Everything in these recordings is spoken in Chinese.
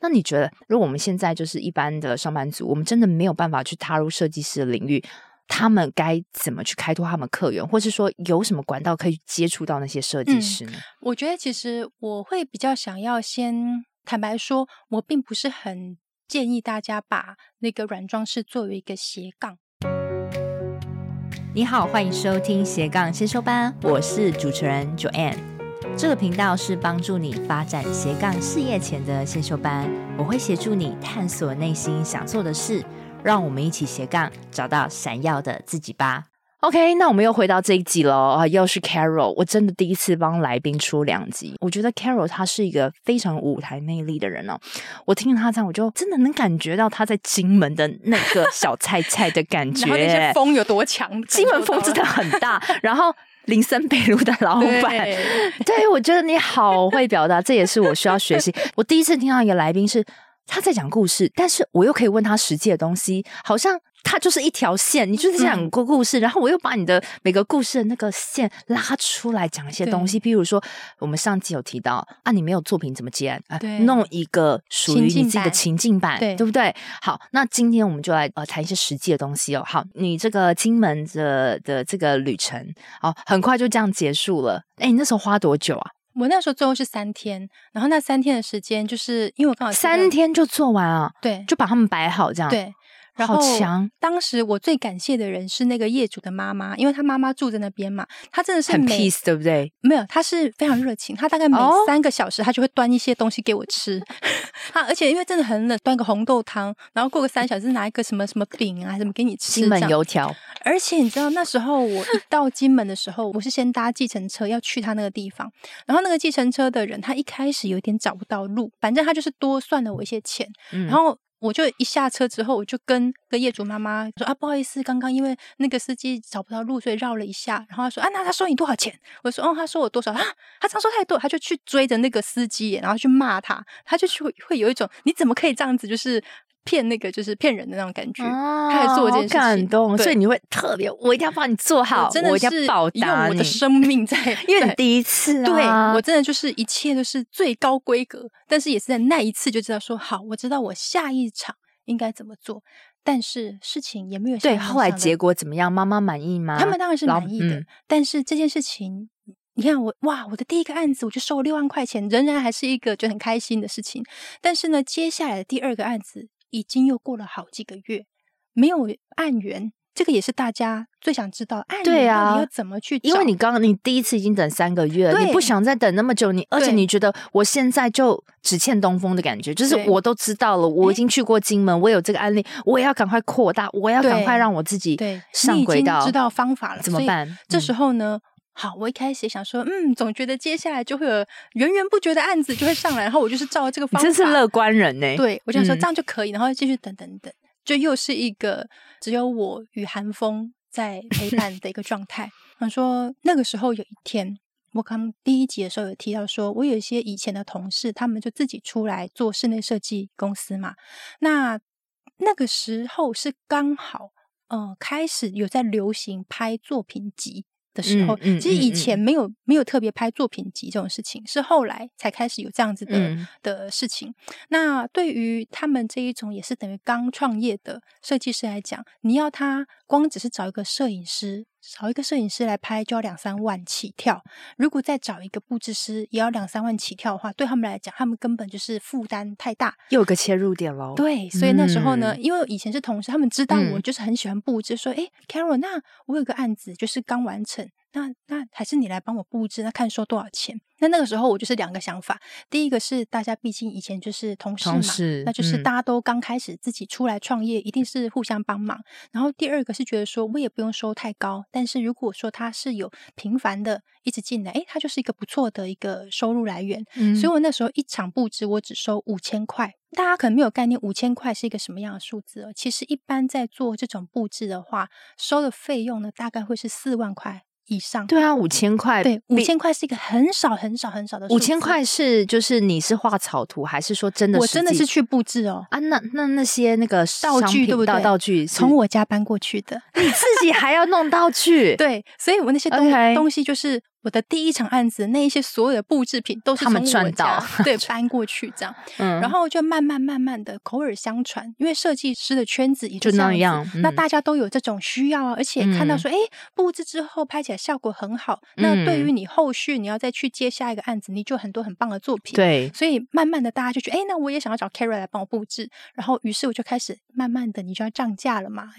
那你觉得如果我们现在就是一般的上班族，我们真的没有办法去踏入设计师的领域，他们该怎么去开拓他们客源，或是说有什么管道可以接触到那些设计师呢？ 我觉得其实我会比较想要先坦白说，我并不是很建议大家把那个软装饰作为一个斜杠。 你好，欢迎收听斜杠先修班，我是主持人 Joanne。这个频道是帮助你发展斜杠事业前的先修班，我会协助你探索内心想做的事，让我们一起斜杠找到闪耀的自己吧。OK， 那我们又回到这一集了，又是 Carol。我真的第一次帮来宾出2集，我觉得 Carol 她是一个非常舞台魅力的人哦。我听她这样，我就真的能感觉到她在金门的那个小菜菜的感觉， 然后那些风有多强， 金门风真的很大，然后林森北路的老板，对，我觉得你好会表达，这也是我需要学习。我第一次听到一个来宾是他在讲故事，但是我又可以问他实际的东西，好像他就是一条线，你就是讲个故事，然后我又把你的每个故事的那个线拉出来讲一些东西。比如说我们上集有提到啊，你没有作品怎么接案弄一个属于你自己的情境版，对不对？好，那今天我们就来谈一些实际的东西哦。好，你这个金门的这个旅程，好，很快就这样结束了。你那时候花多久啊？ 我那时候最后是3天，然后那3天的时间，就是因为我刚好 3天就做完啊， 对， 就把他们摆好这样， 对。然后好强！ 当时我最感谢的人是那个业主的妈妈，因为他妈妈住在那边嘛，他真的是很 peace， 对不对？ 没有，他是非常热情，他大概每3个小时他就会端一些东西给我吃。而且因为真的很冷，端个红豆汤，然后过个3小时拿一个什么什么饼啊什么给你吃。 金门油条。 而且你知道那时候我一到金门的时候，我是先搭计程车要去他那个地方，然后那个计程车的人他一开始有点找不到路，反正他就是多算了我一些钱，然后我就一下车之后，我就跟业主妈妈说啊，不好意思，刚刚因为那个司机找不到路，所以绕了一下。然后他说啊，那他收你多少钱？我说他收我多少啊？他这样说太多，他就去追着那个司机，然后去骂他，他就会有一种你怎么可以这样子，就是骗那个就是骗人的那种感觉。他还做这件事情， 好感动，所以你会特别，我一定要帮你做好， 真的我一定要报答用我的生命在， 因为你第一次啊， 对，我真的就是一切都是最高规格，但是也是在那一次就知道说好，我知道我下一场应该怎么做，但是事情也没有对，后来结果怎么样？妈妈满意吗？ 他们当然是满意的，但是这件事情，你看我的第一个案子我就收了6万块钱，仍然还是一个觉得很开心的事情。但是呢，接下来的第2个案子已经又过了好几个月，没有案源。这个也是大家最想知道，案源到底要怎么去找？ 因为你第一次已经等3个月了，你不想再等那么久，而且你觉得我现在就只欠东风的感觉，就是我都知道了，我已经去过金门，我有这个案例，我也要赶快扩大，我要赶快让我自己上轨道， 你已经知道方法了， 怎么办？ 这时候呢？好，我一开始也想说，总觉得接下来就会有源源不绝的案子就会上来，然后我就是照这个方法， 你真是乐观人呢。 对，我想说这样就可以，然后继续等，就又是一个只有我与寒风在陪伴的一个状态。我说那个时候有一天，我刚第1集的时候有提到说，我有一些以前的同事，他们就自己出来做室内设计公司嘛。那个时候是刚好开始有在流行拍作品集的时候，其实以前没有特别拍作品集这种事情，是后来才开始有这样子的事情。那对于他们这一种也是等于刚创业的设计师来讲，你要他光只是找一个摄影师来拍就要2-3万起跳，如果再找一个布置师也要2-3万起跳的话，对他们来讲，他们根本就是负担太大， 又有个切入点咯。 对，所以那时候呢，因为以前是同事，他们知道我就是很喜欢布置，说Carol， 那我有个案子就是刚完成，那还是你来帮我布置，那看收多少钱。那个时候我就是2个想法，第一个是大家毕竟以前就是同事嘛，那就是大家都刚开始自己出来创业，一定是互相帮忙。然后第2个是觉得说我也不用收太高，但是如果说他是有频繁的一直进来，他就是一个不错的一个收入来源。所以我那时候一场布置我只收5000块。大家可能没有概念5000块是一个什么样的数字其实一般在做这种布置的话，收的费用呢大概会是4万块以上。 对啊，5000块， 对，5000块是一个很少的数字。 5000块是就是你是画草图，还是说真的？ 我真的是去布置啊， 那些那个道具对不对？ 道具从我家搬过去的， 你自己还要弄道具？ 对，所以我那些东西就是我的第一场案子那一些所有的布制品都是他们从我赚到家对搬过去这样，然后就慢慢的口耳相传，因为设计师的圈子也就这那样那大家都有这种需要啊，而且看到说布置之后拍起来效果很好，那对于你后续你要再去接下一个案子，你就很多很棒的作品。 对， 所以慢慢的大家就觉得那我也想要找 Carol 来帮我布置，然后于是我就开始慢慢的你就要涨价了嘛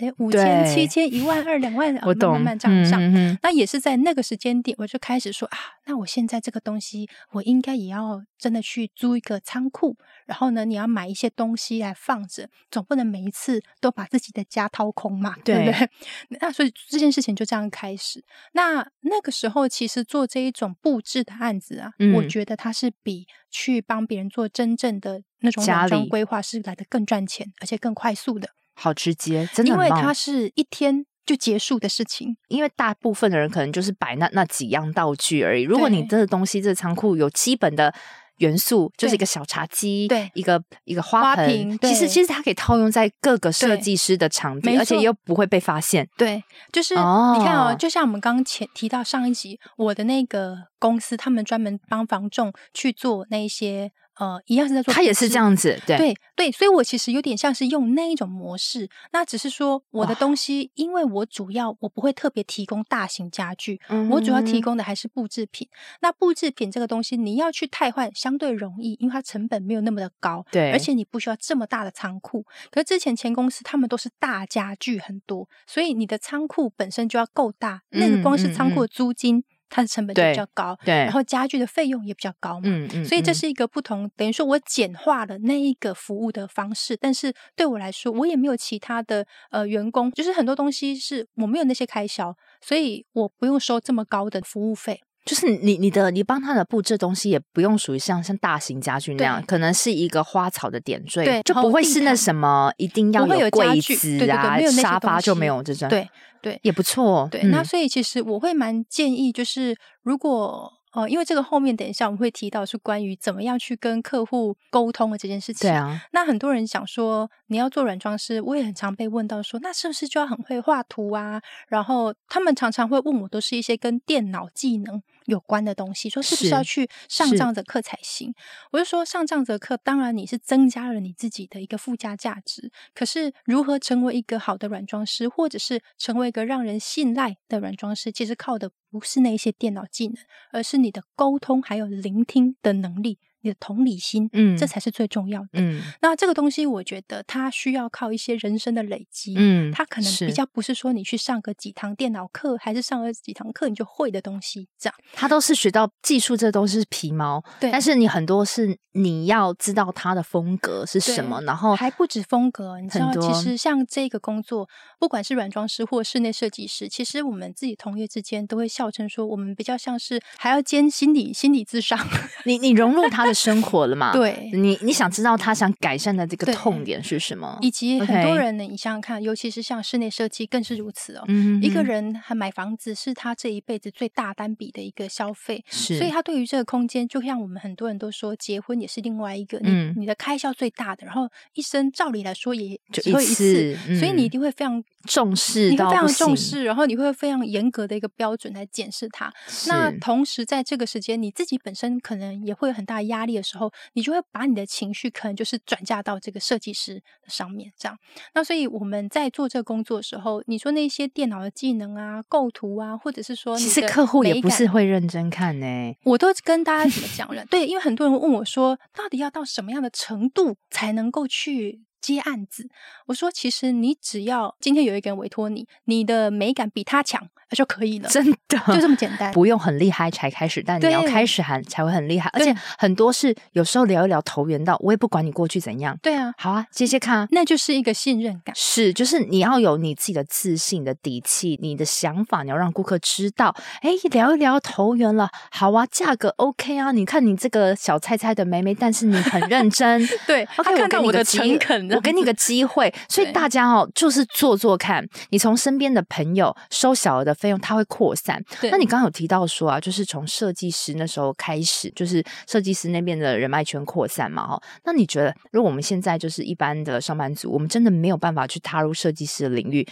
，5000、7000、12000、20000， 我懂， 慢慢涨上。那也是在那个时间点我就开始说那我现在这个东西我应该也要真的去租一个仓库，然后呢你要买一些东西来放着，总不能每一次都把自己的家掏空嘛， 对不对？那所以这件事情就这样开始。那个时候其实做这一种布置的案子啊，我觉得它是比去帮别人做真正的那种软装规划是来得更赚钱而且更快速的。 好直接，真的很棒， 因为它是一天就结束的事情。 因为大部分的人可能就是摆那几样道具而已，如果你这个东西这个仓库有基本的元素，就是一个小茶几， 对， 一个花盆，其实它可以套用在各个设计师的场地，而且又不会被发现。 对，就是你看就像我们刚刚提到上一集，我的那个公司他们专门帮房仲去做那一些一样是在做， 他也是这样子， 对，所以我其实有点像是用那一种模式，那只是说我的东西，因为我不会特别提供大型家具，我主要提供的还是布制品。那布制品这个东西，你要去汰换相对容易，因为它成本没有那么的高， 对， 而且你不需要这么大的仓库。可是之前前公司他们都是大家具很多，所以你的仓库本身就要够大，那个光是仓库的租金。它的成本就比较高， 对， 然后家具的费用也比较高嘛，所以这是一个不同，等于说我简化了那一个服务的方式，但是对我来说，我也没有其他的员工，就是很多东西是我没有那些开销，所以我不用收这么高的服务费。 就是你帮他的布置东西也不用属于像大型家具那样，可能是一个花草的点缀， 对， 就不会是那什么一定要有柜子啊， 对， 沙发就没有这种， 对， 也不错。 对，那所以其实我会蛮建议，就是如果因为这个后面等一下我们会提到是关于怎么样去跟客户沟通的这件事情。 对啊， 那很多人想说你要做软装师，我也很常被问到说，那是不是就要很会画图啊？然后他们常常会问我，都是一些跟电脑技能有关的东西，说是不是要去上这样的课才行？我就说上这样的课，当然你是增加了你自己的一个附加价值，可是如何成为一个好的软装师，或者是成为一个让人信赖的软装师，其实靠的不是那些电脑技能，而是你的沟通还有聆听的能力，你的同理心，这才是最重要的。那这个东西我觉得它需要靠一些人生的累积，它可能比较不是说你去上个几堂电脑课，还是上个几堂课你就会的东西，这样。 它都是学到技术，这都是皮毛， 对。 但是你很多是你要知道它的风格是什么，然后还不止风格，你知道，其实像这个工作，不管是软装师或室内设计师，其实我们自己同业之间都会笑称说，我们比较像是还要兼心理咨商。 你融入他的生活了嘛？ 对， 你想知道他想改善的这个痛点是什么？ 以及很多人呢，你想想看，尤其是像室内设计更是如此哦。一个人还买房子是他这一辈子最大单笔的一个消费，所以他对于这个空间，就像我们很多人都说，结婚也是另外一个你的开销最大的，然后一生照理来说也只会一次，所以你一定会非常重视， 你会非常重视，然后你会非常严格的一个标准来检视它。那同时在这个时间，你自己本身可能也会有很大的压力的时候，你就会把你的情绪可能就是转嫁到这个设计师的上面，这样。那所以我们在做这个工作的时候，你说那些电脑的技能啊、构图啊，或者是说其实客户也不是会认真看呢。 我都跟大家怎么讲了？对，因为很多人问我说，到底要到什么样的程度才能够去接案子？我说，其实你只要今天有一个人委托你，你的美感比他强就可以了， 真的就这么简单， 不用很厉害才开始，但你要开始才会很厉害，而且很多是有时候聊一聊投缘到，我也不管你过去怎样， 对啊， 好啊，接看啊， 那就是一个信任感， 是，就是你要有你自己的自信的底气，你的想法你要让顾客知道，聊一聊投缘了，好啊，价格 OK 啊，你看你这个小菜菜的妹妹，但是你很认真， 对 ，OK， 看到我的诚恳， 我给你个机会，所以大家就是做看，你从身边的朋友收小额的费用，它会扩散。那你刚刚有提到说啊，就是从设计师那时候开始，就是设计师那边的人脉圈扩散嘛，那你觉得，如果我们现在就是一般的上班族，我们真的没有办法去踏入设计师的领域，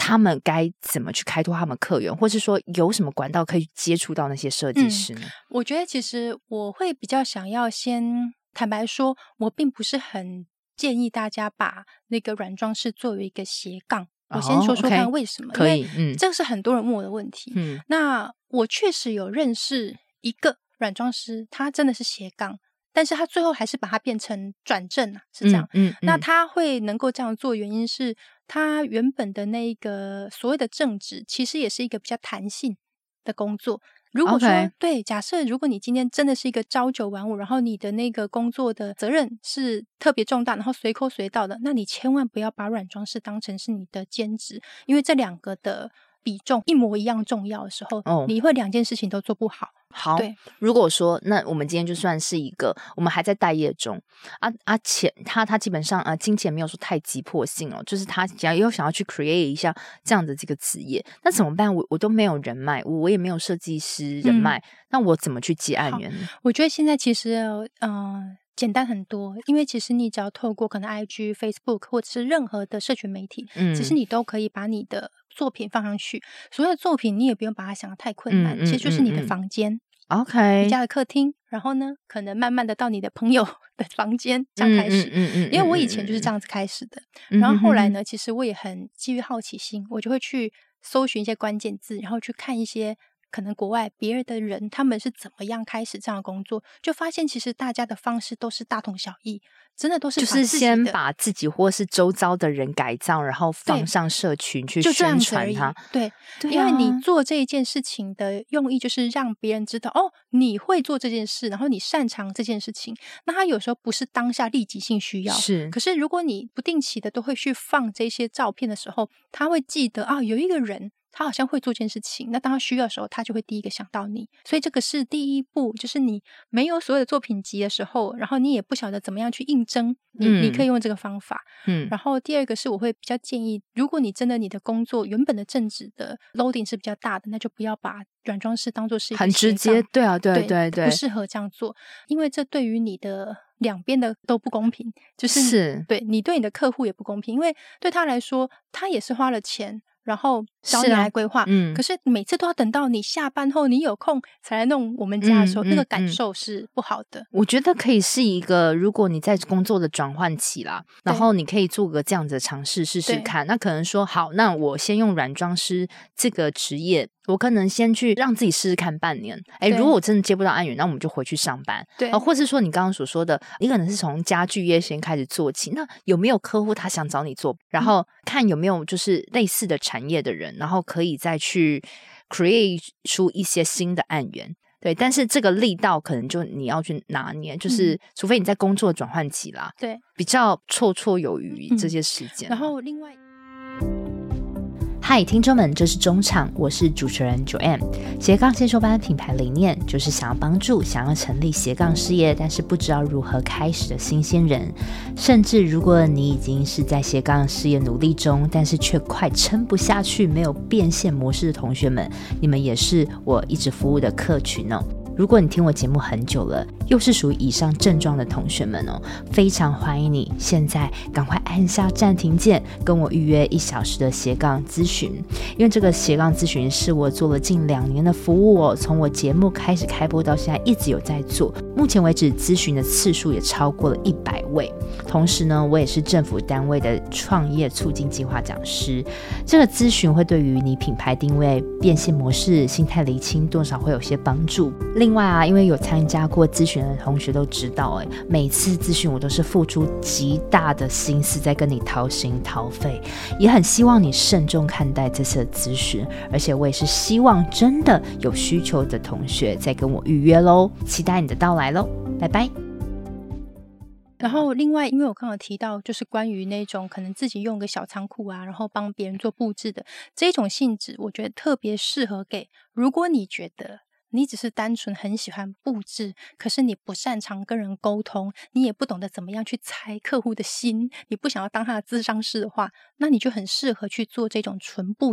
他们该怎么去开拓他们客源，或是说有什么管道可以接触到那些设计师呢？ 我觉得其实我会比较想要先坦白说，我并不是很建议大家把那个软装饰作为一个斜杠。我先说说看为什么， 可以， 因为这是很多人问我的问题。那我确实有认识一个软装师，他真的是斜杠，但是他最后还是把它变成转正啊，是这样。那他会能够这样做，原因是他原本的那个所谓的正职，其实也是一个比较弹性的工作。如果说对，假设如果你今天真的是一个朝九晚五，然后你的那个工作的责任是特别重大，然后随扣随到的，那你千万不要把软装饰当成是你的兼职，因为这两个的比重一模一样重要的时候，你会两件事情都做不好。 好，对，如果说那我们今天就算是一个我们还在待业中钱他基本上金钱没有说太急迫性哦，就是他只要有想要去 create 一下这样的这个职业，那怎么办？我都没有人脉，我也没有设计师人脉，那我怎么去接案源呢？ 我觉得现在其实简单很多，因为其实你只要透过可能 IG、Facebook 或者是任何的社群媒体，其实你都可以把你的作品放上去。所谓的作品，你也不用把它想得太困难，其实就是你的房间。 OK， 你家的客厅，然后呢，可能慢慢的到你的朋友的房间这样开始。因为我以前就是这样子开始的，然后后来呢，其实我也很基于好奇心，我就会去搜寻一些关键字，然后去看一些可能国外别人的人他们是怎么样开始这样的工作，就发现其实大家的方式都是大同小异，真的都是就是先把自己或是周遭的人改造，然后放上社群去宣传它。 对，因为你做这一件事情的用意就是让别人知道你会做这件事，然后你擅长这件事情。那他有时候不是当下立即性需要，可是如果你不定期的都会去放这些照片的时候，他会记得有一个人他好像会做这件事情，那当他需要的时候，他就会第一个想到你。所以这个是第一步，就是你没有所有的作品集的时候，然后你也不晓得怎么样去应征，你可以用这个方法。然后第二个是我会比较建议，如果你真的你的工作原本的正职的 loading 是比较大的，那就不要把软装饰当作是一个很直接。对啊，对， 不适合这样做，因为这对于你的两边的都不公平，就是对你对你的客户也不公平，因为对他来说，他也是花了钱。然后找你来规划，可是每次都要等到你下班后你有空才来弄我们家的时候，那个感受是不好的。 我觉得可以是一个，如果你在工作的转换期啦，然后你可以做个这样子的尝试试试看。那可能说好，那我先用软装师这个职业，我可能先去让自己试试看半年。如果我真的接不到案源，那我们就回去上班。 对， 或是说你刚刚所说的，你可能是从家具业先开始做起。那有没有客户他想找你做，然后看有没有就是类似的产业的人，然后可以再去 create 出一些新的案源。对，但是这个力道可能就你要去拿捏，就是除非你在工作转换期啦， 对， 比较绰绰有余这些时间。 然后另外。 嗨，听众们，这是中场，我是主持人 Joanne。斜杠先修班品牌理念就是想要帮助想要成立斜杠事业，但是不知道如何开始的新鲜人，甚至如果你已经是在斜杠事业努力中，但是却快撑不下去，没有变现模式的同学们，你们也是我一直服务的客群哦。如果你听我节目很久了，又是属于以上症状的同学们非常欢迎你现在赶快按下暂停键，跟我预约1小时的斜杠咨询。因为这个斜杠咨询是我做了近2年的服务从我节目开始开播到现在一直有在做，目前为止咨询的次数也超过了100位。同时呢，我也是政府单位的创业促进计划讲师。这个咨询会对于你品牌定位、变现模式、心态厘清多少会有些帮助。另外因为有参加过咨询的同学都知道每次咨询我都是付出极大的心思在跟你掏心掏肺，也很希望你慎重看待这次的咨询，而且我也是希望真的有需求的同学再跟我预约咯，期待你的到来咯，拜拜。 然后另外因为我刚刚提到就是关于那种可能自己用个小仓库然后帮别人做布置的这种性质，我觉得特别适合给如果你觉得你只是单纯很喜欢布置，可是你不擅长跟人沟通，你也不懂得怎么样去猜客户的心，你不想要当他的咨商师的话，那你就很适合去做这种纯布置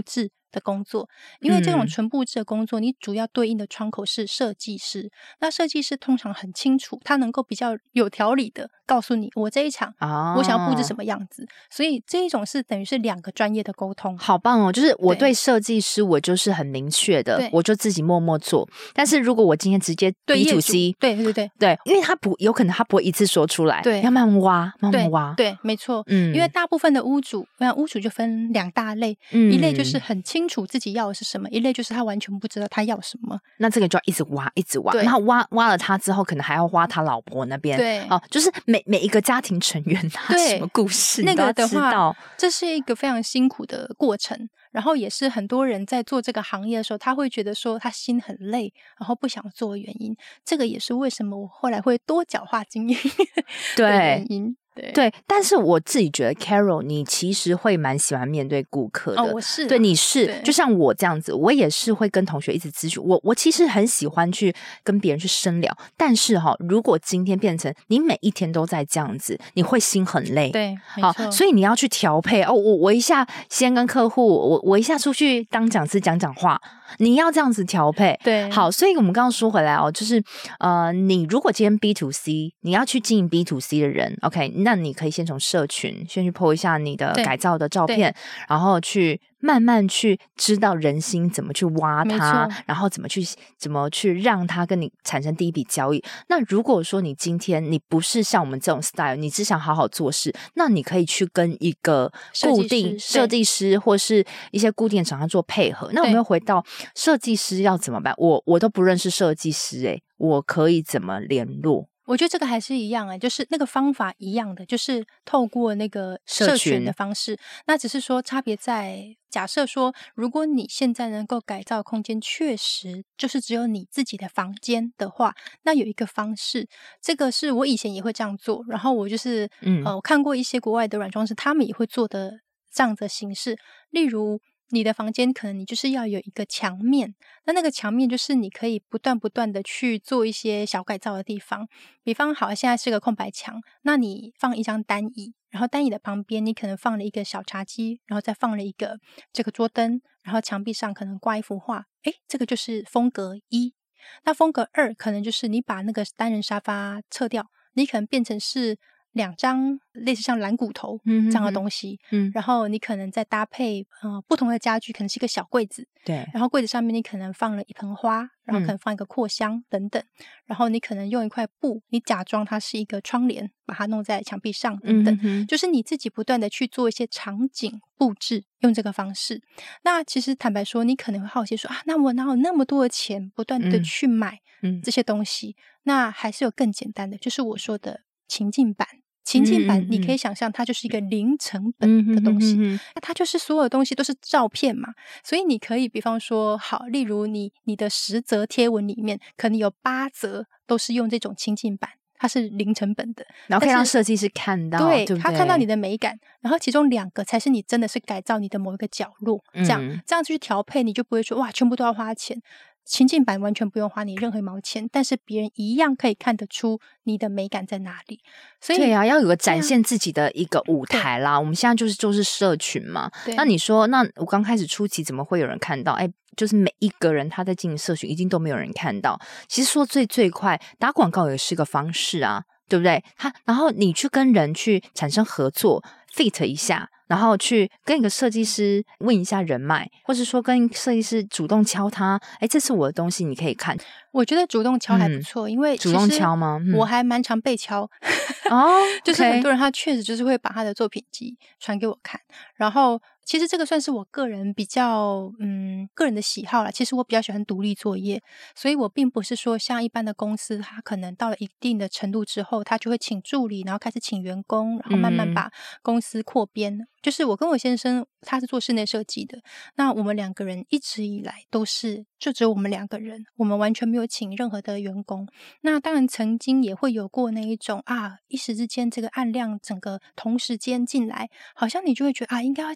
的工作，因为这种纯布置的工作，你主要对应的窗口是设计师。那设计师通常很清楚，他能够比较有条理的告诉你，我这一场我想要布置什么样子。所以这一种是等于是2个专业的沟通。 好棒哦！就是我对设计师，我就是很明确的，我就自己默默做。但是如果我今天直接 B2C， 对，因为他有可能他不会一次说出来，对，要慢慢挖，慢慢挖。 对，没错。因为大部分的屋主就分2大类，一类就是很清楚自己要的是什么，一类就是他完全不知道他要什么。 那这个就要一直挖，一直挖。然后挖了他之后，可能还要挖他老婆那边。 对， 就是每一个家庭成员他什么故事， 那个的话， 这是一个非常辛苦的过程。然后也是很多人在做这个行业的时候，他会觉得说他心很累，然后不想做的原因。这个也是为什么我后来会多角化经营的原因。 对，但是我自己觉得 Carol 你其实会蛮喜欢面对顾客的。 我是。 对，你是就像我这样子，我也是会跟同学一直咨询。我其实很喜欢去跟别人去深聊，但是如果今天变成你每一天都在这样子，你会心很累。 对，没错。 所以你要去调配。我一下先跟客户，我一下出去当讲师讲话，你要这样子调配。 对， 好，所以我们刚刚说回来就是你如果今天 B2C， 你要去经营 B2C 的人 ，OK， 那你可以先从社群先去 po 一下你的改造的照片，然后去慢慢去知道人心怎么去挖它，然后怎么去让它跟你产生第一笔交易。那如果说你今天你不是像我们这种 style， 你只想好好做事，那你可以去跟一个固定设计师或是一些固定厂商做配合。那我们又回到设计师要怎么办？我都不认识设计师我可以怎么联络？ 我觉得这个还是一样就是那个方法一样的，就是透过那个社群的方式。那只是说差别在，假设说如果你现在能够改造空间确实就是只有你自己的房间的话，那有一个方式，这个是我以前也会这样做，然后我就是我看过一些国外的软装师他们也会做的这样的形式。例如你的房间可能你就是要有一个墙面，那个墙面就是你可以不断的去做一些小改造的地方。比方好，现在是个空白墙，那你放一张单椅，然后单椅的旁边你可能放了一个小茶几，然后再放了一个这个桌灯，然后墙壁上可能挂一幅画，这个就是风格1。那风格2可能就是你把那个单人沙发撤掉，你可能变成是2张类似像蓝骨头这样的东西，然后你可能再搭配不同的家具，可能是一个小柜子， 对， 然后柜子上面你可能放了一盆花，然后可能放一个扩香等等，然后你可能用一块布，你假装它是一个窗帘，把它弄在墙壁上等等，就是你自己不断的去做一些场景布置，用这个方式。那其实坦白说，你可能会好奇说那我哪有那么多的钱不断的去买这些东西？那还是有更简单的，就是我说的情境版。情境版你可以想象它就是一个零成本的东西，那它就是所有的东西都是照片嘛，所以你可以比方说好，例如你的10则贴文里面可能有8则都是用这种情境版，它是零成本的， 然后可以让设计师看到，对不对？ 他看到你的美感，然后其中2个才是你真的是改造你的某一个角落，这样去调配，你就不会说哇全部都要花钱。情境版完全不用花你任何一毛钱，但是别人一样可以看得出你的美感在哪里。所以对啊，要有个展现自己的一个舞台啦。我们现在就是社群嘛。那你说，那我刚开始初期怎么会有人看到？就是每一个人他在经营社群，一定都没有人看到。其实说最快打广告也是个方式啊，对不对？然后你去跟人去产生合作 ，fit 一下。然后去跟一个设计师问一下人脉，或是说跟设计师主动敲他，这是我的东西，你可以看。 我觉得主动敲还不错，因为主动敲吗？ 我还蛮常被敲就是很多人他确实就是会把他的作品集传给我看，然后其实这个算是我个人比较个人的喜好啦。其实我比较喜欢独立作业，所以我并不是说像一般的公司，他可能到了一定的程度之后，他就会请助理，然后开始请员工，然后慢慢把公司扩编。就是我跟我先生他是做室内设计的，那我们2个人一直以来都是就只有我们2个人，我们完全没有请任何的员工。那当然曾经也会有过那一种一时之间这个案量整个同时间进来，好像你就会觉得应该要请一个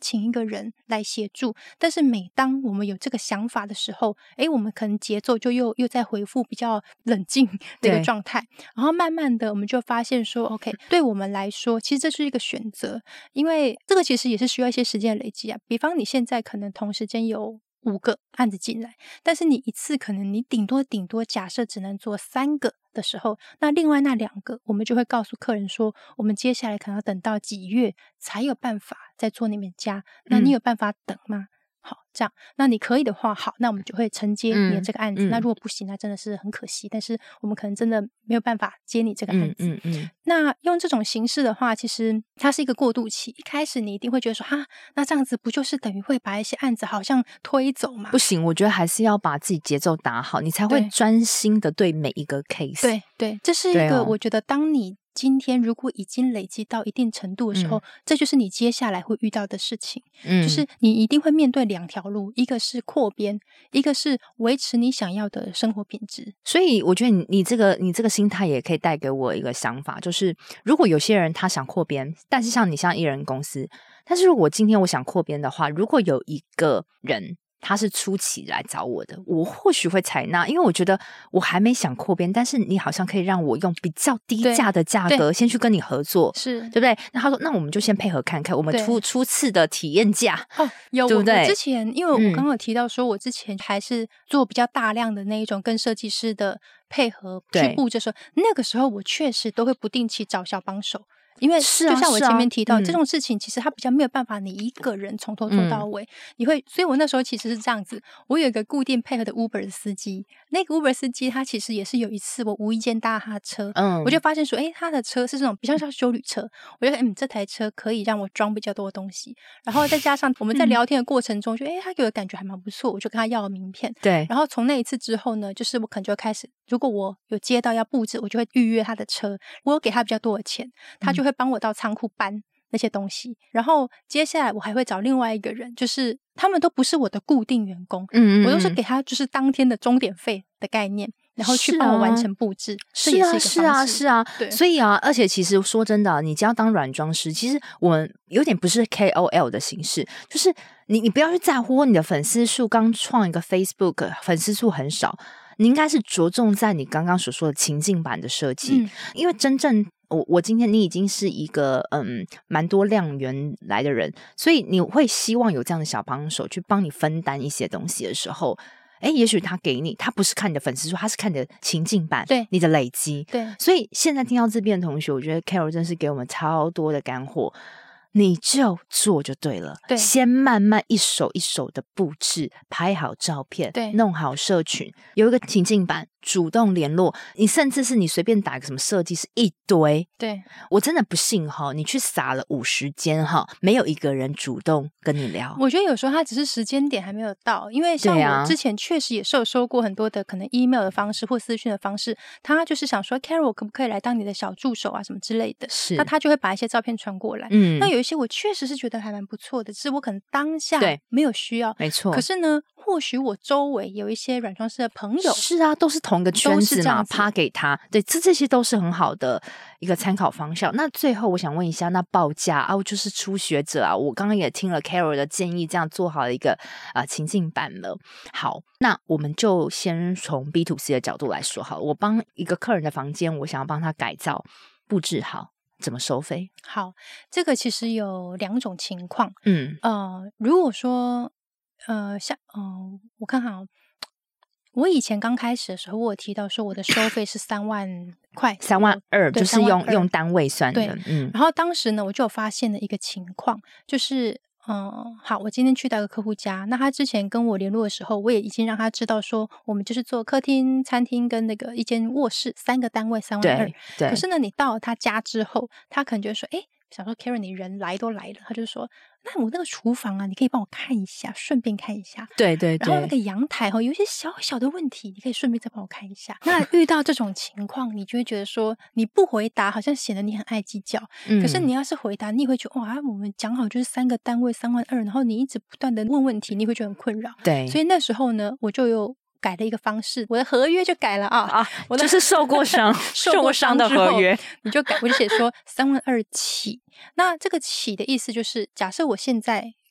个人来协助，但是每当我们有这个想法的时候，我们可能节奏就又在回复比较冷静的一个状态，然后慢慢的我们就发现说 OK， 对我们来说其实这是一个选择，因为这个其实也是需要一些时间的累积啊。比方你现在可能同时间有5个案子进来，但是你一次可能你顶多假设只能做3个的时候，那另外那2个我们就会告诉客人说，我们接下来可能要等到几月才有办法再做那边加，那你有办法等吗？好，这样，那你可以的话，好，那我们就会承接你的这个案子。那如果不行，那真的是很可惜。但是我们可能真的没有办法接你这个案子。那用这种形式的话，其实它是一个过渡期。一开始你一定会觉得说，哈，那这样子不就是等于会把一些案子好像推走吗？ 不行，我觉得还是要把自己节奏打好，你才会专心的对每一个 case。 对，这是一个我觉得当你今天如果已经累积到一定程度的时候，这就是你接下来会遇到的事情。就是你一定会面对2条路，一个是扩编，一个是维持你想要的生活品质。 所以我觉得你这个心态也可以带给我一个想法，就是如果有些人他想扩编，但是像你像艺人公司，但是如果今天我想扩编的话，如果有一个人他是初期来找我的，我或许会采纳，因为我觉得我还没想扩编，但是你好像可以让我用比较低价的价格先去跟你合作， 是对不对？那他说那我们就先配合看看，我们初次的体验价有对不对？ 我之前因为我刚刚有提到说我之前还是做比较大量的那一种跟设计师的配合去布置的时候，那个时候我确实都会不定期找小帮手。因为就像我前面提到这种事情其实它比较没有办法你一个人从头做到尾，你会，所以我那时候其实是这样子，我有一个固定配合的 Uber 的司机，那个 Uber 司机他其实也是有一次我无意间搭他的车，我就发现说他的车是这种比较像休旅车，我就这台车可以让我装比较多的东西，然后再加上我们在聊天的过程中就他给我的感觉还蛮不错，我就跟他要了名片， 对， 然后从那一次之后呢，就是我可能就开始，如果我有接到要布置，我就会预约他的车，我有给他比较多的钱，他就会帮我到仓库搬那些东西，然后接下来我还会找另外一个人，就是他们都不是我的固定员工，我都是给他就是当天的钟点费的概念，然后去帮我完成布置，这也是一个方式。 是啊，对，所以啊，而且其实说真的，你只要当软装师，其实我们有点不是 KOL 的形式，就是你不要去在乎你的粉丝数，刚创一个 Facebook 粉丝数很少，你应该是着重在你刚刚所说的情境版的设计，因为真正我今天你已经是一个蛮多量源来的人，所以你会希望有这样的小帮手去帮你分担一些东西的时候，也许他给你，他不是看你的粉丝数，他是看你的情境版， 对你的累积， 对。 所以现在听到这边的同学，我觉得 Carol 真是给我们超多的干货。你就做就对了， 对， 先慢慢一手一手的布置，拍好照片， 对， 弄好社群，有一个情境版，主动联络你，甚至是你随便打个什么设计师一堆， 对， 我真的不信你去撒了50间没有一个人主动跟你聊。 我觉得有时候他只是时间点还没有到，因为像我之前确实也是有收过很多的可能 email 的方式或私讯的方式，他就是想说 Carol 可不可以来当你的小助手啊什么之类的， 是， 那他就会把一些照片传过来，那有一些我确实是觉得还蛮不错的，只是我可能当下没有需要， 没错。 可是呢，或许我周围有一些软装师的朋友， 是啊，都是同一个圈子嘛，趴给他，对，这些都是很好的一个参考方向。那最后我想问一下，那报价啊，我就是初学者啊，我刚刚也听了 Carol 的建议，这样做好了一个情境版了。好，那我们就先从 B2C 的角度来说好了，我帮一个客人的房间，我想要帮他改造布置好，怎么收费？ 好，这个其实有2种情况。如果说我看看我以前刚开始的时候，我有提到说我的收费是3万块 ，32000，就是用单位算的。 然后当时呢，我就有发现了一个情况，就是好，我今天去到一个客户家，那他之前跟我联络的时候，我也已经让他知道说，我们就是做客厅、餐厅跟那个一间卧室3个单位32000。 对。 可是呢，你到了他家之后，他可能就会说，想说 Karen 你人来都来了，他就说，那我那个厨房啊，你可以帮我看一下，顺便看一下。 对。 然后那个阳台有一些小小的问题，你可以顺便再帮我看一下。那遇到这种情况，你就会觉得说，你不回答好像显得你很爱计较，可是你要是回答，你也会觉得哇，我们讲好就是3个单位32000，然后你一直不断的问问题，你会觉得很困扰。 对， 所以那时候呢，我就有改了一个方式，我的合约就改了我就是受过伤的合约， 我就写说32000起。那这个起的意思就是，假设我现在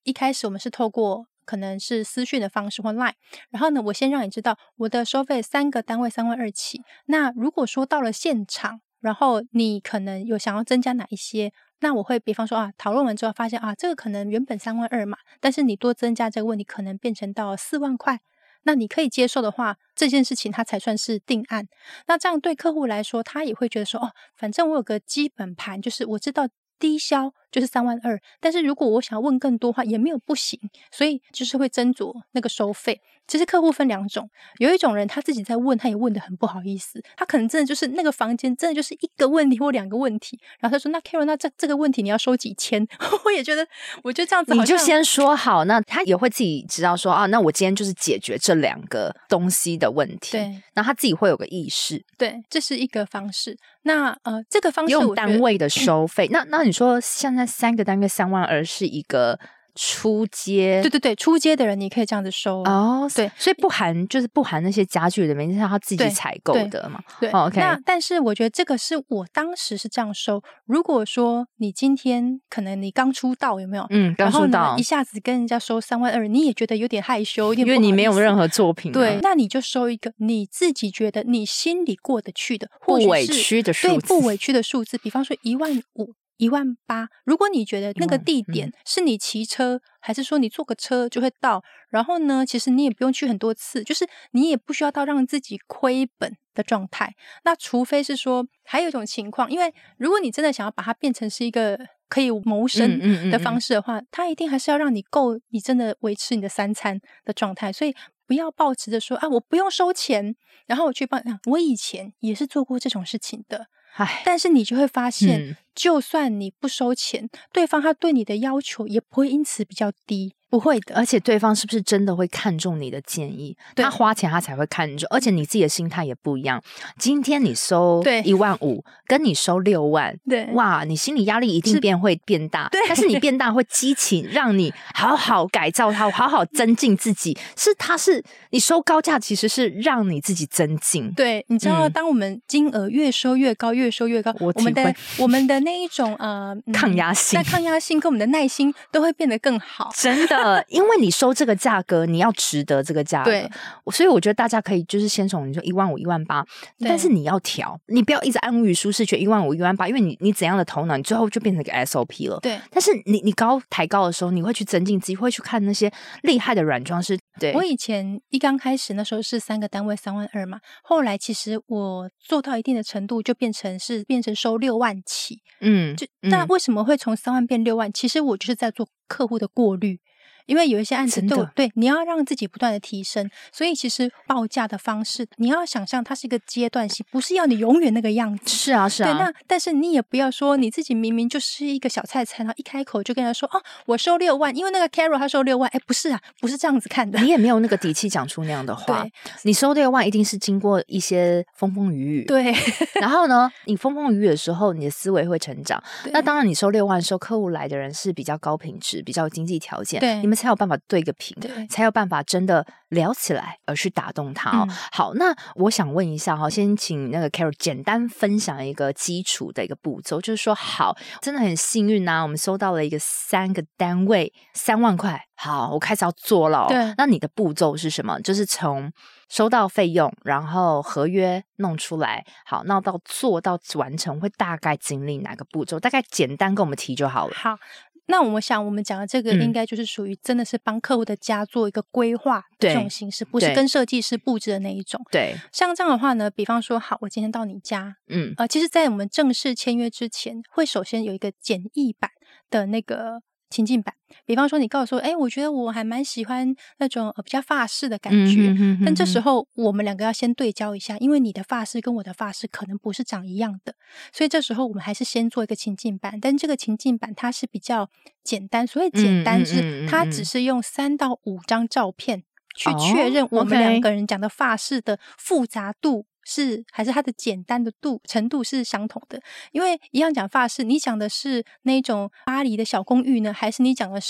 一开始我们是透过可能是私讯的方式或 LINE， 然后呢我先让你知道我的收费3个单位32000起，那如果说到了现场，然后你可能有想要增加哪一些，那我会比方说讨论完之后发现这个可能原本32000嘛，但是你多增加这个问题可能变成到4万块，那你可以接受的话，这件事情它才算是定案。那这样对客户来说，他也会觉得说反正我有个基本盘，就是我知道低消就是32000，但是如果我想要问更多的话也没有不行，所以就是会斟酌那个收费。其实客户分2种，有一种人他自己在问，他也问得很不好意思，他可能真的就是那个房间真的就是1个问题或2个问题，然后他说那 Carol 那这个问题你要收几千我也觉得我觉得这样子好像你就先说好，那他也会自己知道说那我今天就是解决这2个东西的问题， 对， 那他自己会有个意识， 对，这是一个方式。那这个方式用单位的收费那你说现在3个单位3万2是一个初阶， 对，初阶的人你可以这样子收对， 所以不含那些家具的，没是他自己采购的嘛？ 对 OK。 那但是我觉得这个是我当时是这样收。如果说你今天可能你刚出道有没有？ 刚出道， 然后呢一下子跟人家收32000，你也觉得有点害羞，有点不好意思， 因为你没有任何作品， 对，那你就收一个你自己觉得你心里过得去的，或许是不委屈的数字， 对，不委屈的数字，比方说15000、18000，如果你觉得那个地点是你骑车，还是说你坐个车就会到，然后呢其实你也不用去很多次，就是你也不需要到让自己亏本的状态。那除非是说还有一种情况，因为如果你真的想要把它变成是一个可以谋生的方式的话，它一定还是要让你够你真的维持你的3餐的状态，所以不要抱持着说我不用收钱，然后我去帮我以前也是做过这种事情的，但是你就会发现就算你不收钱，对方他对你的要求也不会因此比较低，不会的。 而且对方是不是真的会看重你的建议？他花钱他才会看重，而且你自己的心态也不一样。今天你收15000，跟你收6万， 对， 哇，你心理压力一定会变大。 对， 但是你变大会激起让你好好改造它，好好增进自己。是你收高价，其实是让你自己增进。 对，你知道，当我们金额越收越高，越收越高，我们的那一种抗压性， 那抗压性跟我们的耐心都会变得更好。 真的，因为你收这个价格，你要值得这个价格。 对， 所以我觉得大家可以就是先从你说15000、18000，但是你要调，你不要一直安于舒适圈15000、18000，因为你怎样的头脑，你最后就变成一个 SOP 了。 对， 但是你抬高的时候，你会去增进自己，会去看那些厉害的软装师。对， 我以前一刚开始那时候是3个单位32000嘛，后来其实我做到一定的程度，就变成收6万起。那为什么会从3万变6万？其实我就是在做客户的过滤。因为有一些案子对你要让自己不断的提升，所以其实报价的方式你要想象它是一个阶段性，不是要你永远那个样子。 是啊对，那但是你也不要说你自己明明就是一个小菜菜，然后一开口就跟他说我收6万，因为那个 Carol 他收6万，不是啊，不是这样子看的。 你也没有那个底气讲出那样的话。你收6万一定是经过一些风风雨雨。 对， 然后呢，你风风雨雨的时候，你的思维会成长。那当然，你收6万的时候，客户来的人是比较高品质、比较有经济条件， 对， 你们才有办法对个平，才有办法真的聊起来，而去打动他好，那我想问一下先请那个 Carol 简单分享一个基础的一个步骤，就是说，好，真的很幸运我们收到了一个3个单位3万块，好，我开始要做了。 对， 那你的步骤是什么？就是从收到费用，然后合约弄出来，好，那到做到完成会大概经历哪个步骤？大概简单跟我们提就好了。 好，那我想我们讲的这个应该就是属于真的是帮客户的家做一个规划这种形式，不是跟设计师布置的那一种。 对， 像这样的话呢，比方说，好，我今天到你家，其实在我们正式签约之前，会首先有一个简易版的那个情境版，比方说你告诉我我觉得我还蛮喜欢那种比较法式的感觉，但这时候我们2个要先对焦一下，因为你的法式跟我的法式可能不是长一样的，所以这时候我们还是先做一个情境版，但这个情境版它是比较简单，所谓简单就是它只是用3到5张照片去确认我们2个人讲的法式的复杂度还是它的简单的程度是相同的。因为一样讲法式，你讲的是那种巴黎的小公寓呢，还是你讲的是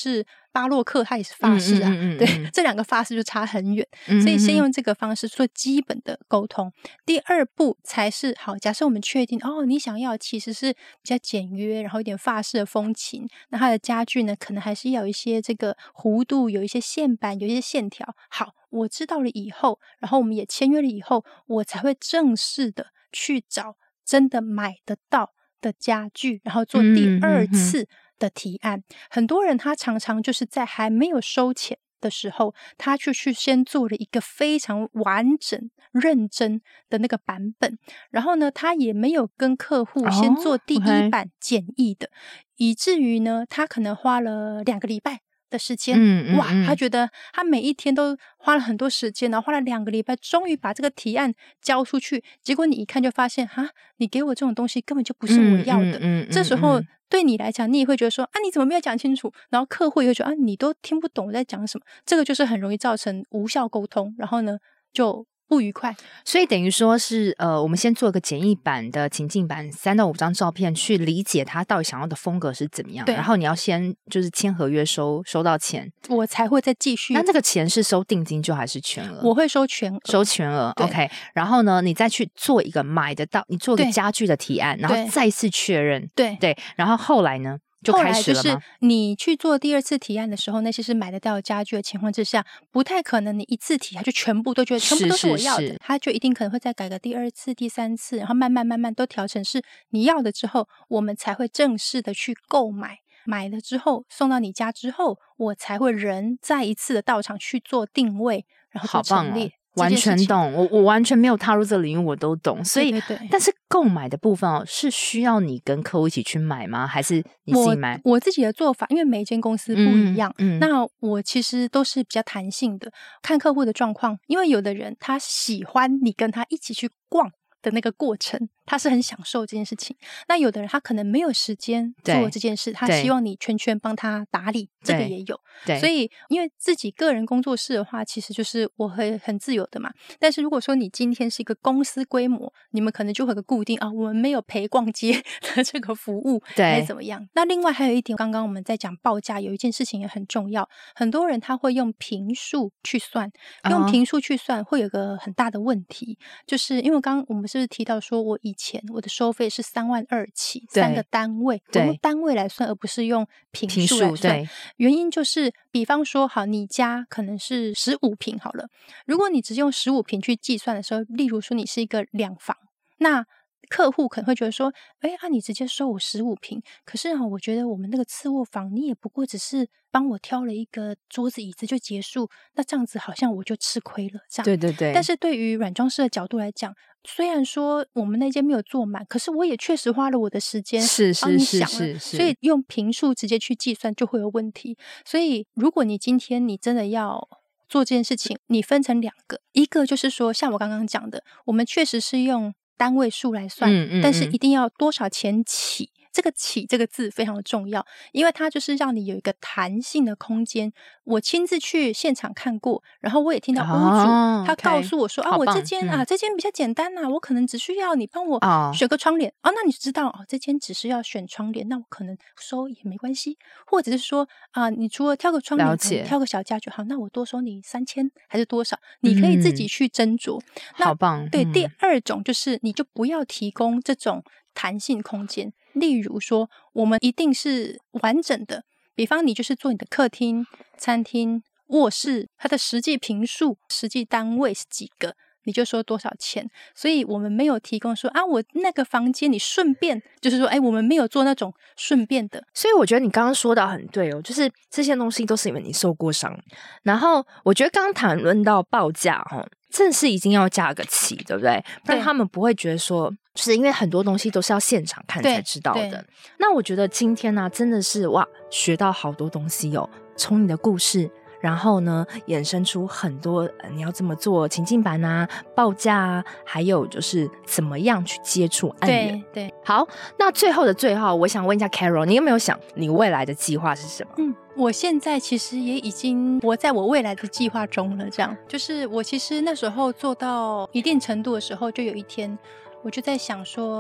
巴洛克它也是法式啊，对，这两个法式就差很远，所以先用这个方式做基本的沟通。第二步才是好，假设我们确定你想要其实是比较简约，然后有点法式的风情，那它的家具呢可能还是要有一些这个弧度，有一些线板，有一些线条。好，我知道了以后，然后我们也签约了以后，我才会正式的去找真的买得到的家具，然后做第二次的提案。很多人他常常就是在还没有收钱的时候，他就去先做了一个非常完整认真的那个版本，然后呢他也没有跟客户先做第一版简易的，以至于呢他可能花了2个礼拜的时间，哇，他觉得他每一天都花了很多时间，然后花了2个礼拜，终于把这个提案交出去。结果你一看就发现，你给我这种东西根本就不是我要的。这时候对你来讲，你也会觉得说，你怎么没有讲清楚？然后客户也会觉得，你都听不懂我在讲什么。这个就是很容易造成无效沟通，然后呢就不愉快。 所以等于说是我们先做一个简易版的情境版3到5张照片，去理解他到底想要的风格是怎么样，然后你要先就是签合约收到钱， 我才会再继续。 那这个钱是收定金就还是全额？ 我会收全额。 收全额 OK， 然后呢你再去做一个买得到，你做一个家具的提案，然后再次确认。对，然后后来呢就开始了吗？ 后来就是你去做第2次提案的时候，那些是买得到的家具的情况之下，不太可能你一次提他就全部都觉得全部都是我要的，他就一定可能会再改个第2次、第3次，然后慢慢都调成是你要的之后，我们才会正式的去购买。买了之后送到你家之后，我才会人再一次的到场去做定位，然后做陈列。 完全懂，我完全没有踏入这个领域，我都懂。所以， 对， 但是购买的部分是需要你跟客户一起去买吗？还是你自己买？ 我自己的做法，因为每一间公司不一样，那我其实都是比较弹性的，看客户的状况。因为有的人他喜欢你跟他一起去逛的那个过程，他是很享受这件事情。那有的人他可能没有时间做这件事，他希望你全帮他打理，这个也有。所以因为自己个人工作室的话，其实就是我会很自由的嘛。但是如果说你今天是一个公司规模，你们可能就会有个固定我们没有陪逛街的这个服务，还是怎么样。那另外还有一点，刚刚我们在讲报价，有一件事情也很重要，很多人他会用坪数去算，用坪数去算会有个很大的问题，就是因为刚刚我们是不是提到说我以前我的收费是32000起，3个单位，我用单位来算，而不是用坪数来算。原因就是比方说好，你家可能是15坪好了，如果你只用15坪去计算的时候，例如说你是一个2房，那客户可能会觉得说，你直接收我15坪，可是我觉得我们那个次卧房你也不过只是帮我挑了一个桌子椅子就结束，那这样子好像我就吃亏了这样。 对。 但是对于软装师的角度来讲，虽然说我们那间没有做满，可是我也确实花了我的时间帮你想了，所以用坪数直接去计算就会有问题。所以如果你今天你真的要做这件事情，你分成2个，一个就是说像我刚刚讲的，我们确实是用单位数来算，但是一定要多少钱起，这个起这个字非常的重要，因为它就是让你有一个弹性的空间。我亲自去现场看过，然后我也听到屋主他告诉我说我这间这间比较简单我可能只需要你帮我选个窗帘那你知道这间只是要选窗帘，那我可能收也没关系，或者是说你除了挑个窗帘挑个小家具，好，那我多收你3000还是多少，你可以自己去斟酌。 好棒。 对，第二种就是你就不要提供这种弹性空间，例如说我们一定是完整的，比方你就是做你的客厅、餐厅、卧室，它的实际坪数、实际单位是几个，你就说多少钱。所以我们没有提供说我那个房间你顺便，就是说我们没有做那种顺便的。 所以我觉得你刚刚说到很对就是这些东西都是因为你受过伤。然后我觉得刚刚谈论到报价正是一定要价个起，对不对？不然他们不会觉得说，就是因为很多东西都是要现场看才知道的。那我觉得今天呢真的是学到好多东西从你的故事，然后呢衍生出很多你要这么做情境版报价还有就是怎么样去接触案源。 对。 好，那最后的最后，我想问一下 Carol， 你有没有想你未来的计划是什么？ 我现在其实也已经活在我未来的计划中了，这样就是我其实那时候做到一定程度的时候，就有一天我就在想说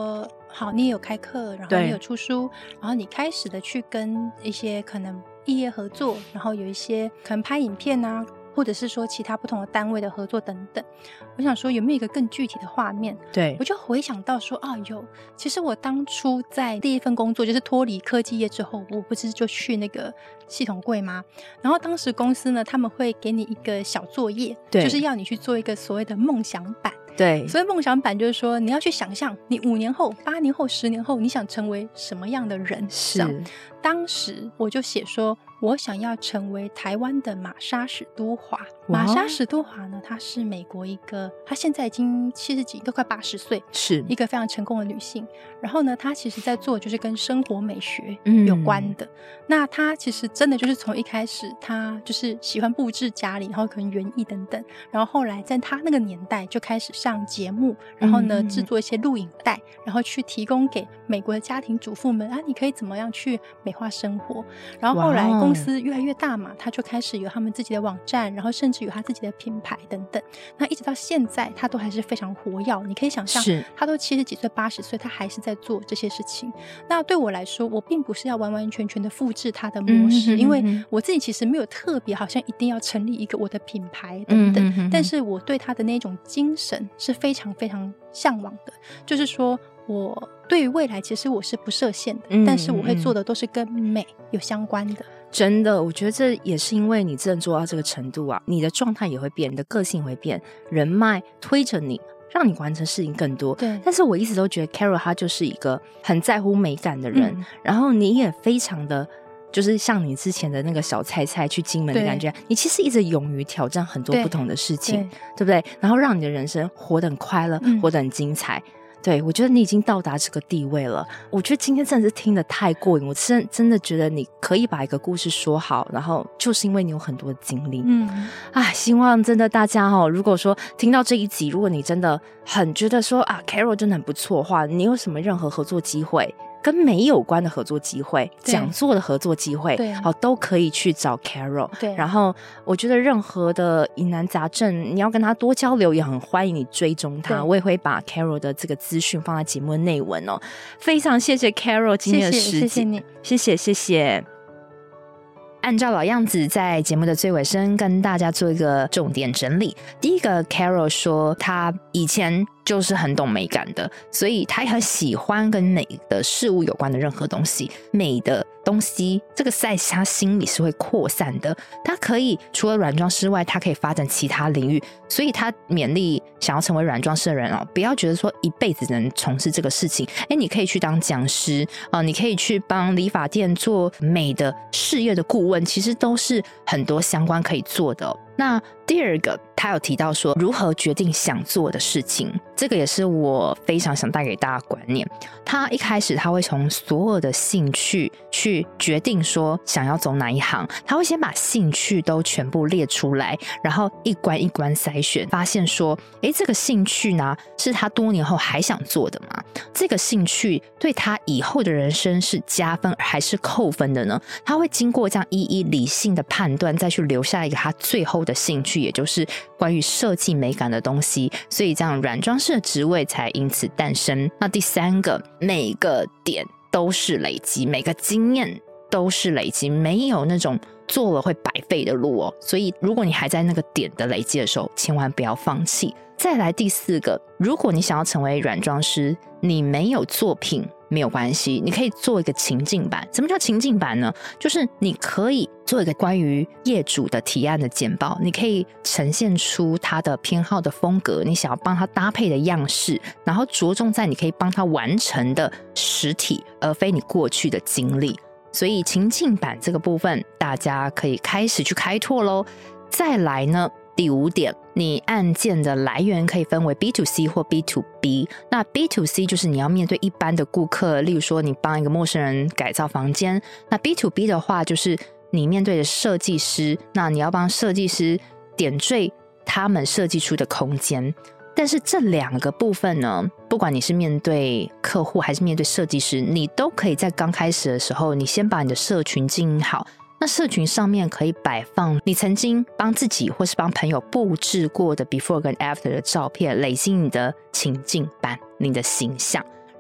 好，你也有开课，然后你有出书，然后你开始的去跟一些可能异业合作，然后有一些可能拍影片啊，或者是说其他不同的单位的合作等等。我想说有没有一个更具体的画面？ 对， 我就回想到说其实我当初在第一份工作就是脱离科技业之后，我不是就去那个系统柜吗？然后当时公司呢，他们会给你一个小作业，就是要你去做一个所谓的梦想版。 对， 所以梦想版就是说你要去想象你5年后、8年后、10年后你想成为什么样的人。 是， 当时我就写说我想要成为台湾的玛莎史都华。玛莎史都华呢，她是美国一个，她现在已经70几，都快80岁， 是一个非常成功的女性。然后呢，她其实在做就是跟生活美学有关的。那她其实真的就是从一开始她就是喜欢布置家里，然后可能园艺等等，然后后来在她那个年代就开始上节目，然后呢制作一些录影带，然后去提供给美国的家庭主妇们啊，你可以怎么样去美化生活。然后后来公司越来越大嘛，她就开始有他们自己的网站，然后甚至有她自己的品牌等等。那一直到现在她都还是非常活跃，你可以想象她都70几岁80岁，她还是在做这些事情。那对我来说，我并不是要完完全全的复制她的模式，因为我自己其实没有特别好像一定要成立一个我的品牌等等，但是我对她的那种精神是非常非常向往的。就是说我对于未来其实我是不设限的，但是我会做的都是跟美有相关的。 真的，我觉得这也是因为你真的做到这个程度啊，你的状态也会变，你的个性也会变，人脉推着你，让你完成事情更多。 对， 但是我一直都觉得 Carol 她就是一个很在乎美感的人，然后你也非常的就是像你之前的那个小菜菜去金门的感觉，你其实一直勇于挑战很多不同的事情， 对不对？然后让你的人生活得很快乐，活得很精彩。对，我觉得你已经到达这个地位了。我觉得今天真的是听得太过瘾，我真的觉得你可以把一个故事说好，然后就是因为你有很多的经历。希望真的大家如果说听到这一集，如果你真的很觉得说Carol 真的很不错的话，你有什么任何合作机会，跟美有关的合作机会，讲座的合作机会，都可以去找 Carol。 然后我觉得任何的疑难杂症你要跟他多交流，也很欢迎你追踪他。我也会把 Carol 的这个资讯放在节目的内文哦。非常谢谢 Carol 今天的时间，谢谢你，谢谢。按照老样子，在节目的最尾声跟大家做一个重点整理。第一个 Carol 说她以前就是很懂美感的，所以她很喜欢跟美的事物有关的任何东西。美的东西这个在她心里是会扩散的，她可以除了软装师外，她可以发展其他领域。所以她勉励想要成为软装师的人不要觉得说一辈子能从事这个事情。你可以去当讲师你可以去帮理发店做美的事业的顾问，其实都是很多相关可以做的那第二个，他有提到说如何决定想做的事情，这个也是我非常想带给大家观念。他一开始他会从所有的兴趣去决定说想要走哪一行，他会先把兴趣都全部列出来，然后一关一关筛选，发现说这个兴趣呢是他多年后还想做的吗？这个兴趣对他以后的人生是加分还是扣分的呢？他会经过这样一一理性的判断，再去留下一个他最后的兴趣，也就是关于设计美感的东西。所以这样软装师的职位才因此诞生。那第三个，每个点都是累积，每个经验都是累积，没有那种做了会白费的路所以如果你还在那个点的累积的时候，千万不要放弃。再来第四个，如果你想要成为软装师，你没有作品没有关系，你可以做一个情境版。什么叫情境版呢？就是你可以做一个关于业主的提案的简报，你可以呈现出他的偏好的风格，你想要帮他搭配的样式，然后着重在你可以帮他完成的实体，而非你过去的经历。所以情境版这个部分大家可以开始去开拓咯。再来呢，第五点，你案件的来源可以分为 B2C 或 B2B。 那 B2C 就是你要面对一般的顾客，例如说你帮一个陌生人改造房间。那 B2B 的话就是你面对的设计师，那你要帮设计师点缀他们设计出的空间。但是这两个部分呢，不管你是面对客户还是面对设计师，你都可以在刚开始的时候，你先把你的社群经营好。那社群上面可以摆放你曾经帮自己或是帮朋友布置过的 before 跟 after 的照片，累积你的情境版，你的形象。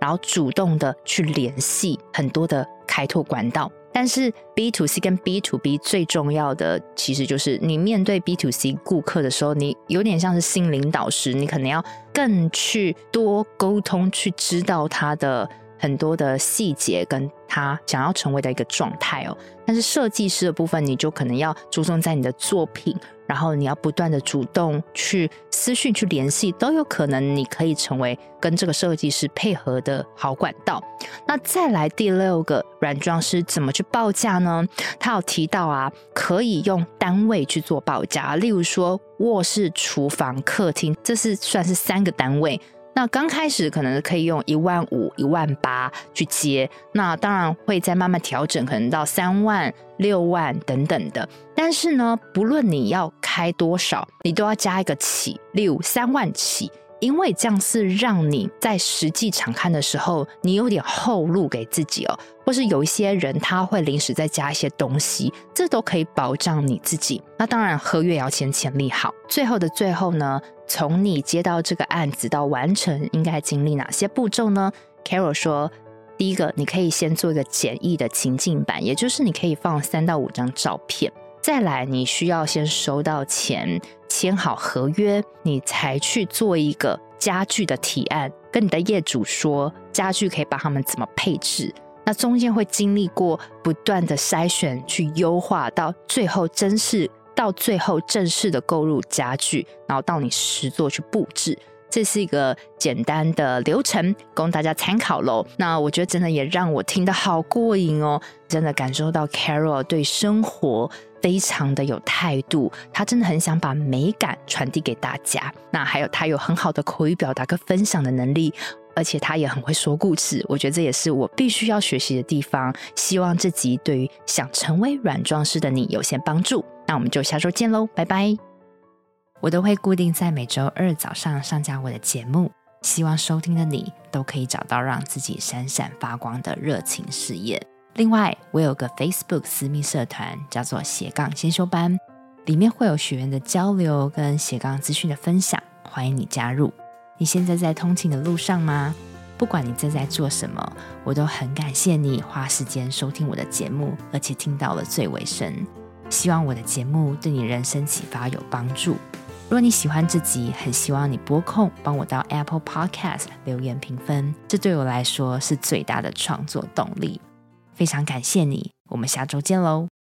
然后主动的去联系很多的开拓管道。但是 B to C 跟 B to B 最重要的其实就是你面对 B to C 顾客的时候，你有点像是心灵导师，你可能要更去多沟通，去知道他的很多的细节跟他想要成为的一个状态哦。但是设计师的部分，你就可能要注重在你的作品，然后你要不断的主动去私讯去联系，都有可能你可以成为跟这个设计师配合的好管道。那再来第6个软装师怎么去报价呢？他有提到啊，可以用单位去做报价，例如说卧室、厨房、客厅，这是算是3个单位。那刚开始可能可以用15000、18000去接，那当然会再慢慢调整，可能到3万、6万等等的。但是呢，不论你要开多少，你都要加一个起，例如3万起，因为这样是让你在实际场看的时候，你有点后路给自己哦。或是有一些人他会临时再加一些东西，这都可以保障你自己。那当然合约要先签立好。最后的最后呢，从你接到这个案子到完成应该经历哪些步骤呢？ Carol 说，第一个你可以先做一个简易的情境版，也就是你可以放3到5张照片。再来你需要先收到钱，签好合约，你才去做一个家具的提案，跟你的业主说家具可以帮他们怎么配置。那中间会经历过不断的筛选去优化，到最后正式的购入家具，然后到你实作去布置。这是一个简单的流程，供大家参考咯。那我觉得真的也让我听得好过瘾哦，真的感受到 Carol 对生活非常的有态度，他真的很想把美感传递给大家。那还有他有很好的口语表达跟分享的能力，而且他也很会说故事，我觉得这也是我必须要学习的地方。希望这集对于想成为软装师的你有些帮助。那我们就下周见咯，拜拜。我都会固定在每周2早上上架我的节目，希望收听的你都可以找到让自己闪闪发光的热情事业。另外我有个 Facebook 私密社团叫做斜杠先修班，里面会有学员的交流跟斜杠资讯的分享，欢迎你加入。你现在在通勤的路上吗？不管你正在做什么，我都很感谢你花时间收听我的节目，而且听到了最尾声。希望我的节目对你人生启发有帮助。如果你喜欢这集，很希望你拨空帮我到 Apple Podcast 留言评分，这对我来说是最大的创作动力。非常感谢你，我们下周见咯。